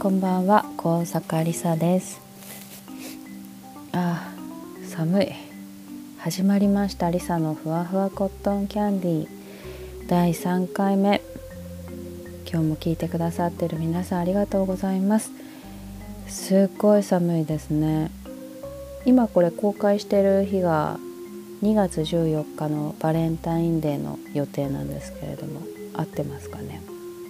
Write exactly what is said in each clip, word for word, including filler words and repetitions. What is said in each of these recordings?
こんばんは、高坂りさです。あー寒い。始まりました。りさのふわふわコットンキャンディーだいさんかいめ。今日も聞いてくださっている皆さんありがとうございます。すっごい寒いですね。今これ公開している日がにがつじゅうよっかのバレンタインデーの予定なんですけれども、合ってますかね。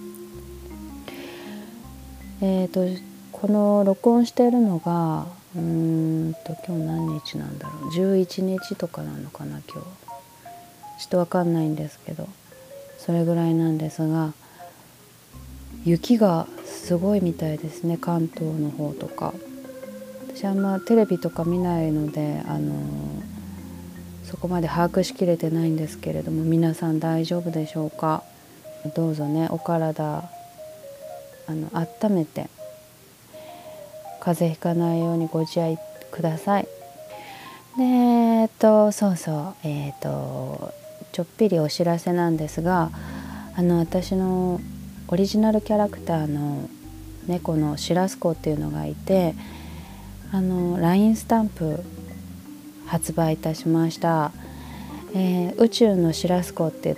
えーとこの録音しているのがうーんと今日何日なんだろう、じゅういちにちとかなのかな。今日ちょっと分かんないんですけど、それぐらいなんですが、雪がすごいみたいですね、関東の方とか。私あんまテレビとか見ないので、あのそこまで把握しきれてないんですけれども、皆さん大丈夫でしょうか。どうぞね、お体あの温めて風邪ひかないようにご自愛ください。でえっとそうそうえっとちょっぴりお知らせなんですが、あの私のオリジナルキャラクターの猫のしらす子っていうのがいて、あの ライン スタンプ発売いたしました。えー、宇宙のしらす子って言って、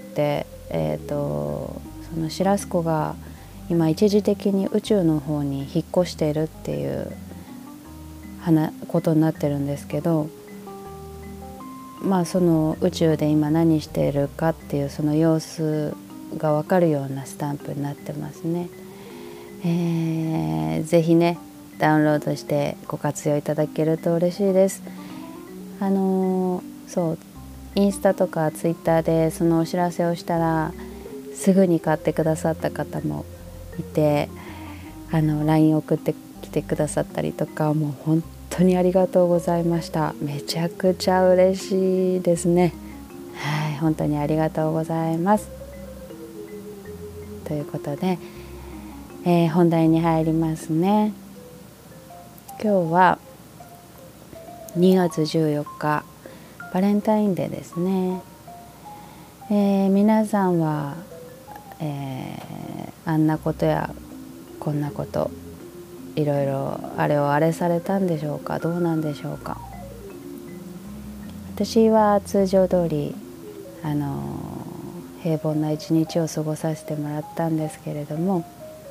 えー、とそのしらす子が今一時的に宇宙の方に引っ越しているっていうことになってるんですけど、まあその宇宙で今何しているかっていうその様子が分かるようなスタンプになってますね。えー、ぜひねダウンロードしてご活用いただけると嬉しいです。あのー、そうインスタとかツイッターでそのお知らせをしたらすぐに買ってくださった方もいて、あの ライン 送ってきてくださったりとか、もう本当にありがとうございました。めちゃくちゃ嬉しいですね。はい、本当にありがとうございます。ということで、えー、本題に入りますね。今日はにがつじゅうよっかバレンタインデーですね。えー、皆さんは、えー、あんなことやこんなこといろいろあれをあれされたんでしょうか。どうなんでしょうか。私は通常通りあの平凡な一日を過ごさせてもらったんですけれども、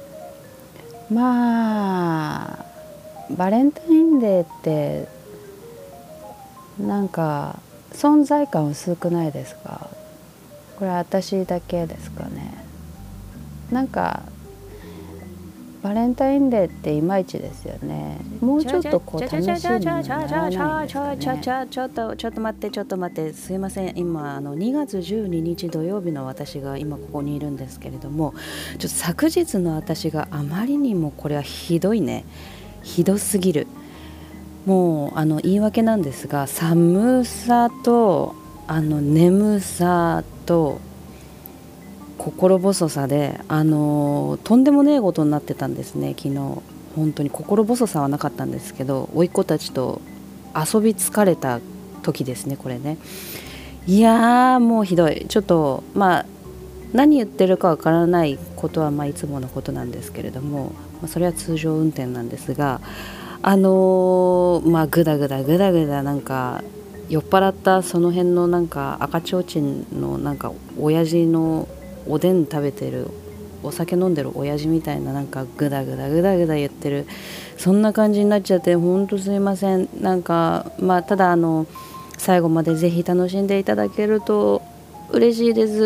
まあバレンタインデーってなんか存在感薄くないですか。これは私だけですかね。なんかバレンタインデーっていまいちですよね。もうちょっとこう楽しんでもらえないんですかね。 ちょちょちょっとちょっと待ってちょっと待ってすいません。今あのにがつじゅうににち土曜日の私が今ここにいるんですけれども、ちょっと昨日の私があまりにもこれはひどいね。ひどすぎる。もうあの言い訳なんですが、寒さとあの眠さと心細さで、あのとんでもねえことになってたんですね。昨日本当に心細さはなかったんですけど、甥っ子たちと遊び疲れた時ですね、これね。いやーもうひどい。ちょっとまあ何言ってるかわからないことはまあいつものことなんですけれども、まあ、それは通常運転なんですが、あのー、まあグダグダグダグダなんか酔っ払ったその辺のなんか赤ちょうちんのなんか親父のおでん食べてるお酒飲んでる親父みたいななんかグダグダグダグダ言ってる、そんな感じになっちゃって、ほんとすいません。なんかまあただあの最後までぜひ楽しんでいただけると嬉しいです。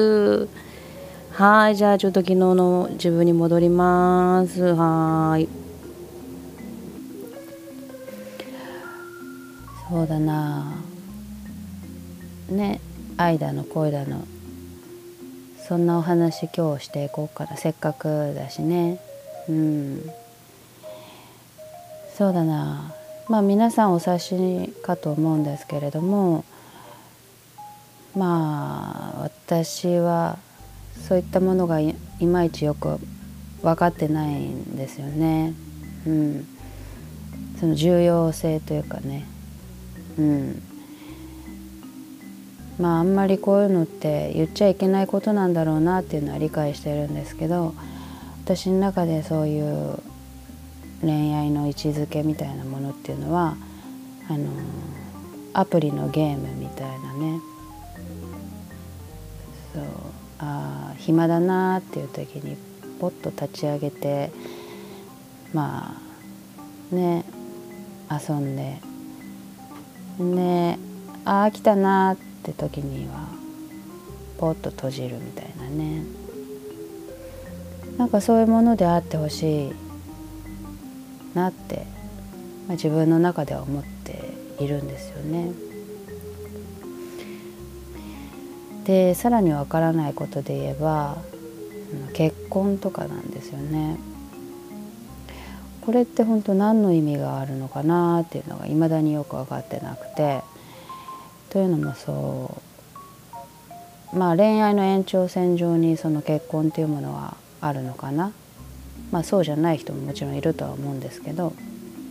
はい、じゃあちょっと昨日の自分に戻ります。はい。 そうだなね、愛だの恋だのそんなお話今日していこうかな。せっかくだしね。うんそうだな、まあ皆さんお察しかと思うんですけれども、まあ私はそういったものが い, いまいちよく分かってないんですよね。うん、その重要性というかね。うん、まああんまりこういうのって言っちゃいけないことなんだろうなっていうのは理解してるんですけど、私の中でそういう恋愛の位置づけみたいなものっていうのはあのアプリのゲームみたいなね、そう、あ暇だなっていう時にポッと立ち上げてまあね遊んで、ねあ飽きたなって時にはポッと閉じるみたいなね、なんかそういうものであってほしいなって、まあ、自分の中では思っているんですよね。でさらにわからないことで言えば結婚とかなんですよね。これって本当何の意味があるのかなっていうのがいまだによく分かってなくて、というのもそうまあ恋愛の延長線上にその結婚っていうものはあるのかな、まあそうじゃない人ももちろんいるとは思うんですけど、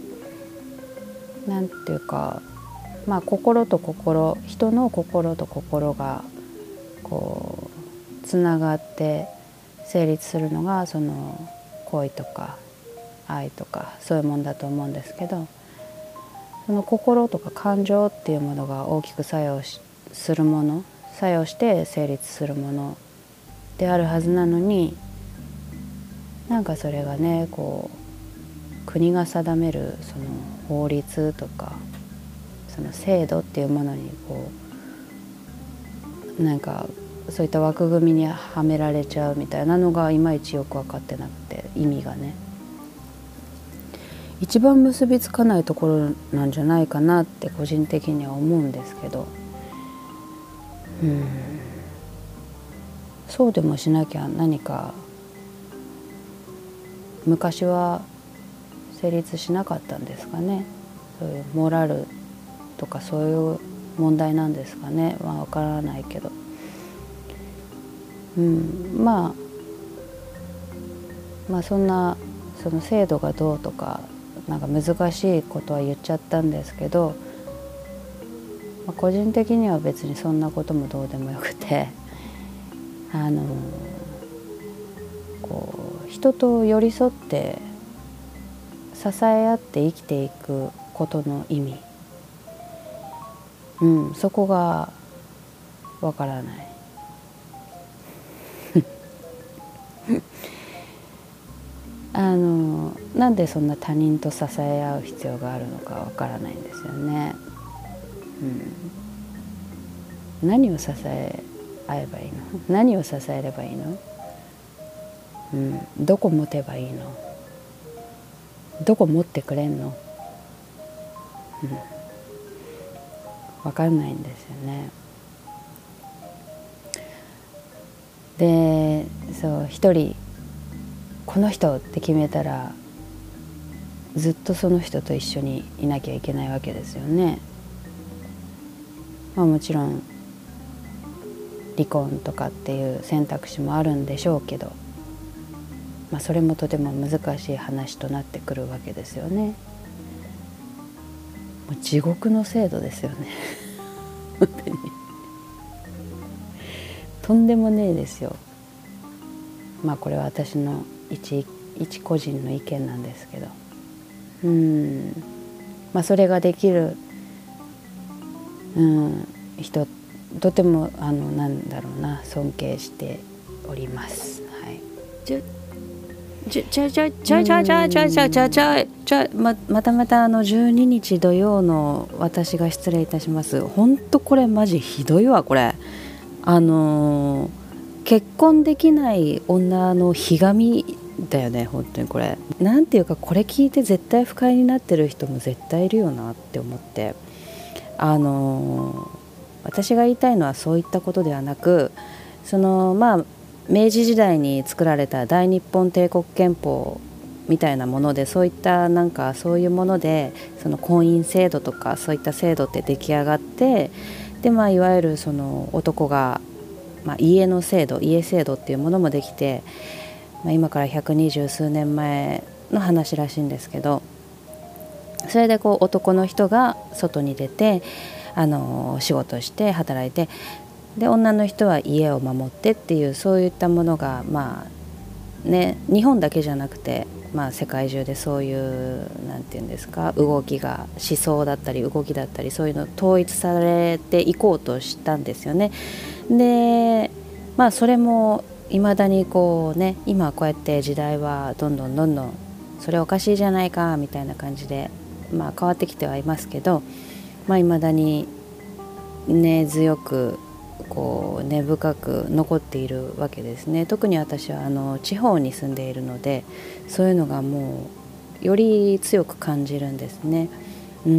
なんていうかまあ心と心、人の心と心がこうつながって成立するのがその恋とか愛とかそういうもんだと思うんですけど、その心とか感情っていうものが大きく作用しするもの、作用して成立するものであるはずなのに、なんかそれがねこう国が定めるその法律とかその制度っていうものにこうなんかそういった枠組みにはめられちゃうみたいなのがいまいちよく分かってなくて、意味がね一番結びつかないところなんじゃないかなって個人的には思うんですけど、うんそうでもしなきゃ何か昔は成立しなかったんですかね。そういうモラルとかそういう問題なんですかね、まあ分からないけど、うん、まあまあそんなその制度がどうとかなんか難しいことは言っちゃったんですけど、まあ、個人的には別にそんなこともどうでもよくて、あのこう人と寄り添って支え合って生きていくことの意味、うん、そこがわからない。あのなんでそんな他人と支え合う必要があるのかわからないんですよね。うん、何を支え合えばいいの？何を支えればいいの？うん、どこ持てばいいの？どこ持ってくれんの？うん、わかんないんですよね。で、そう一人この人って決めたらずっとその人と一緒にいなきゃいけないわけですよね。まあもちろん離婚とかっていう選択肢もあるんでしょうけど、まあそれもとても難しい話となってくるわけですよね。もう地獄の制度ですよね。本当にとんでもねえですよ。まあこれは私の一一個人の意見なんですけど、うんまあそれができる、うん、人とてもあのなんだろうな尊敬しております。はい。 ちょちょちょちょちょちょちょちょちょちょちょちょままたまたあのじゅうににち土曜の私が失礼いたします。本当これマジひどいわこれ。あのー、結婚できない女のひがみだよね本当にこれ。なんていうかこれ聞いて絶対不快になってる人も絶対いるよなって思って、あのー、私が言いたいのはそういったことではなく、そのまあ明治時代に作られた大日本帝国憲法みたいなもので、そういったなんかそういうものでその婚姻制度とかそういった制度って出来上がって、でまあいわゆるその男が、まあ、家の制度家制度っていうものもできて、まあ、今からひゃくにじゅう数年前の話らしいんですけど、それでこう男の人が外に出てあの仕事して働いて、で女の人は家を守ってっていうそういったものがまあね日本だけじゃなくてまあ、世界中でそういうなんていうんですか、動きが思想だったり動きだったりそういうの統一されていこうとしたんですよね。でまあそれもいまだにこうね、今こうやって時代はどんどんどんどんそれおかしいじゃないかみたいな感じで、まあ、変わってきてはいますけど、まあ、未だに根強くこう根深く残っているわけですね。特に私はあの地方に住んでいるので、そういうのがもうより強く感じるんですね。うん、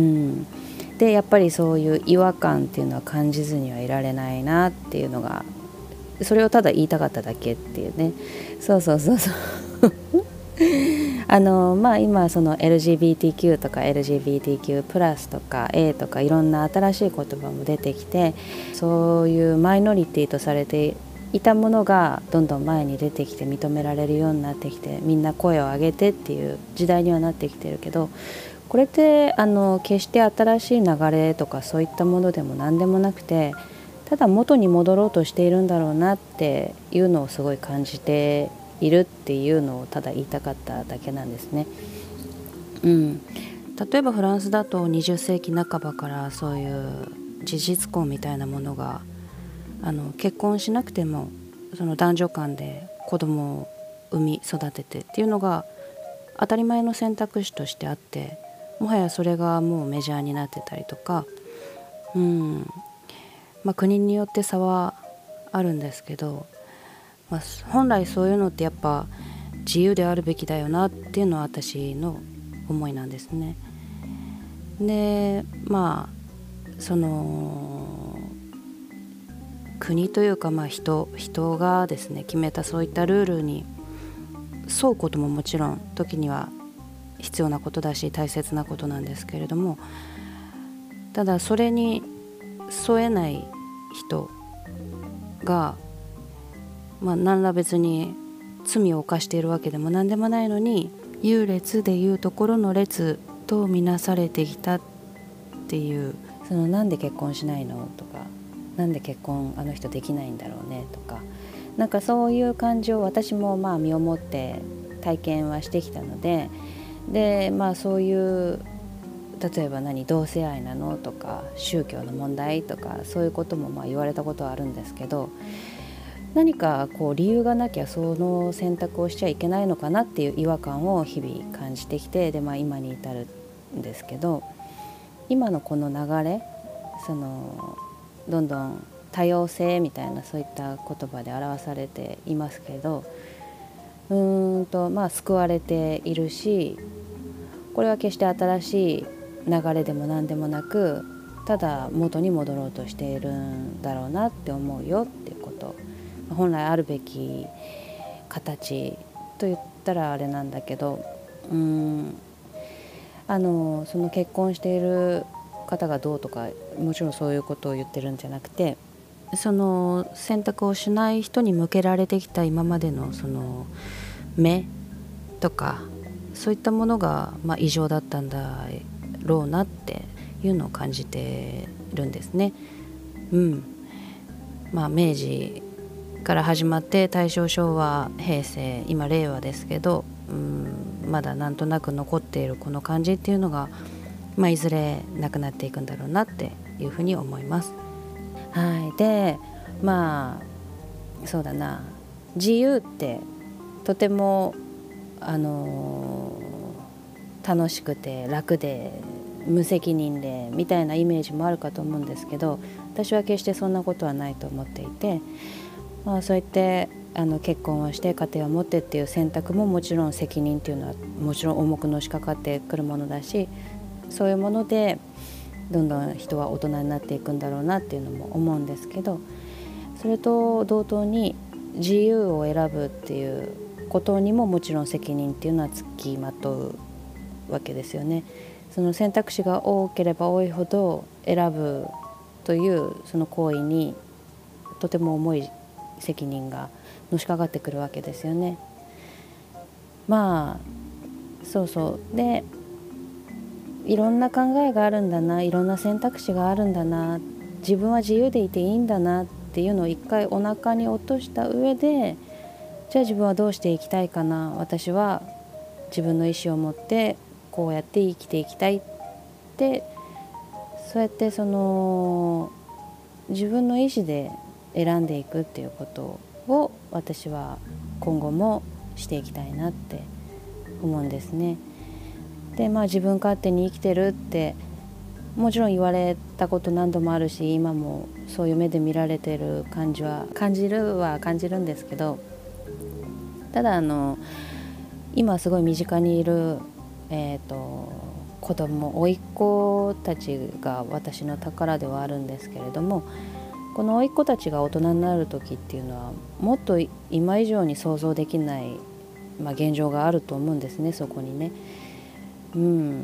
でやっぱりそういう違和感っていうのは感じずにはいられないなっていうのが、それをただ言いたかっただけっていうね。そうそうそうそうあのまあ今その エルジービーティーキュー とか エルジービーティーキュー プラスとか A とかいろんな新しい言葉も出てきて、そういうマイノリティとされていたものがどんどん前に出てきて認められるようになってきて、みんな声を上げてっていう時代にはなってきてるけど、これってあの決して新しい流れとかそういったものでも何でもなくて、ただ元に戻ろうとしているんだろうなっていうのをすごい感じているっていうのをただ言いたかっただけなんですね。うん、例えばフランスだとにじゅっせいきなかばからそういう事実婚みたいなものがあの結婚しなくてもその男女間で子供を産み育ててっていうのが当たり前の選択肢としてあって、もはやそれがもうメジャーになってたりとか、うんまあ、国によって差はあるんですけど、まあ、本来そういうのってやっぱ自由であるべきだよなっていうのは私の思いなんですね。でまあその国というか、まあ人人がですね決めたそういったルールに沿うことももちろん時には必要なことだし大切なことなんですけれども、ただそれに沿えない人が、まあ、何ら別に罪を犯しているわけでも何でもないのに、優劣でいうところの劣とみなされてきたっていう、そのなんで結婚しないのとか、なんで結婚あの人できないんだろうねとか、なんかそういう感じを私もまあ身をもって体験はしてきたので、でまあそういう例えば何同性愛なのとか宗教の問題とかそういうこともまあ言われたことはあるんですけど、何かこう理由がなきゃその選択をしちゃいけないのかなっていう違和感を日々感じてきて、で、まあ、今に至るんですけど、今のこの流れ、そのどんどん多様性みたいなそういった言葉で表されていますけど、うーんとまあ救われているし、これは決して新しい流れでも何でもなく、ただ元に戻ろうとしているんだろうなって思うよっていうこと、本来あるべき形と言ったらあれなんだけど、うーんあのその結婚している方がどうとか、もちろんそういうことを言ってるんじゃなくて、その選択をしない人に向けられてきた今までのその目とかそういったものがまあ異常だったんだろうなっていうのを感じてるんですね。うんまあ、明治から始まって大正昭和平成今令和ですけど、うんまだなんとなく残っているこの感じっていうのが、まあ、いずれなくなっていくんだろうなっていうふうに思います。はい、でまあそうだな、自由ってとてもあの楽しくて楽で無責任でみたいなイメージもあるかと思うんですけど、私は決してそんなことはないと思っていて、まあ、そうやってあの結婚をして家庭を持ってっていう選択ももちろん責任っていうのはもちろん重くのしかかってくるものだし、そういうものでどんどん人は大人になっていくんだろうなっていうのも思うんですけど、それと同等に自由を選ぶっていうことにももちろん責任っていうのはつきまとうわけですよね。その選択肢が多ければ多いほど選ぶというその行為にとても重い責任がのしかかってくるわけですよね。まあそうそうで、いろんな考えがあるんだな、いろんな選択肢があるんだな、自分は自由でいていいんだなっていうのを一回お腹に落とした上で、じゃあ自分はどうしていきたいかな、私は自分の意思を持ってこうやって生きていきたいって、そうやってその自分の意思で選んでいくっていうことを私は今後もしていきたいなって思うんですね。でまあ自分勝手に生きてるってもちろん言われたこと何度もあるし、今もそういう目で見られてる感じは感じるは感じるんですけど、ただあの今すごい身近にいる、えーと、子供甥っ子たちが私の宝ではあるんですけれども、この甥っ子たちが大人になる時っていうのはもっと今以上に想像できない、まあ、現状があると思うんですね。そこにね、うん、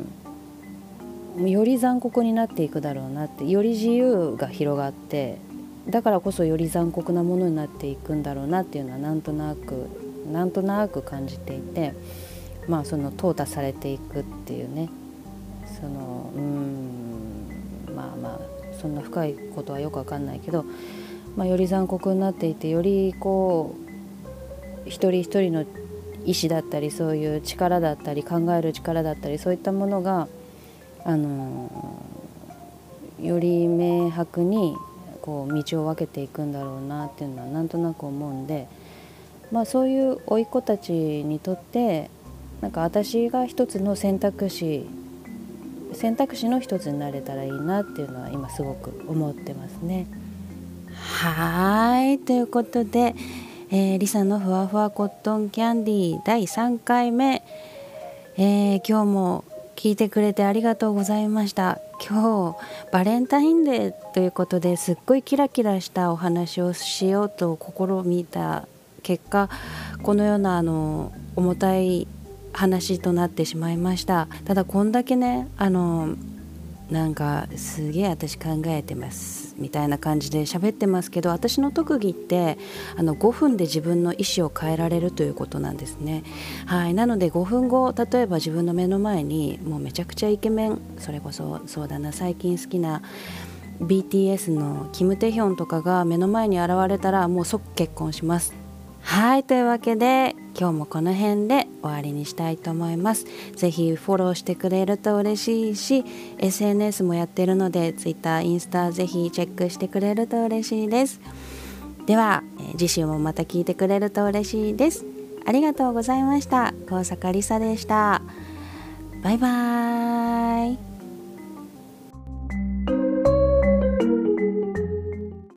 より残酷になっていくだろうなって、より自由が広がって、だからこそより残酷なものになっていくんだろうなっていうのはなんとなくなんとなく感じていて、まあその淘汰されていくっていうね、そのうーんまあまあそんな深いことはよくわかんないけど、まあ、より残酷になっていて、よりこう一人一人の意志だったり、そういう力だったり考える力だったり、そういったものがあのより明白にこう道を分けていくんだろうなっていうのはなんとなく思うんで、まあ、そういう甥っ子たちにとってなんか私が一つの選択肢選択肢の一つになれたらいいなっていうのは今すごく思ってますね。はい、ということで、えー、リサのふわふわコットンキャンディーだいさんかいめ、えー、今日も聞いてくれてありがとうございました。今日バレンタインデーということですっごいキラキラしたお話をしようと試みた結果、このようなあの重たい話となってしまいました。ただこんだけね、あのなんかすげえ私考えてますみたいな感じで喋ってますけど、私の特技ってあのごふんで自分の意思を変えられるということなんですね。はい、なのでごふんご、例えば自分の目の前にもうめちゃくちゃイケメン、それこそそうだな、最近好きな ビーティーエス のキム・テヒョンとかが目の前に現れたらもう即結婚します。はい、というわけで今日もこの辺で終わりにしたいと思います。ぜひフォローしてくれると嬉しいし、 エスエヌエス もやってるので Twitter、インスタぜひチェックしてくれると嬉しいです。では、えー、次週もまた聞いてくれると嬉しいです。ありがとうございました。高坂りさでした。バイバーイ。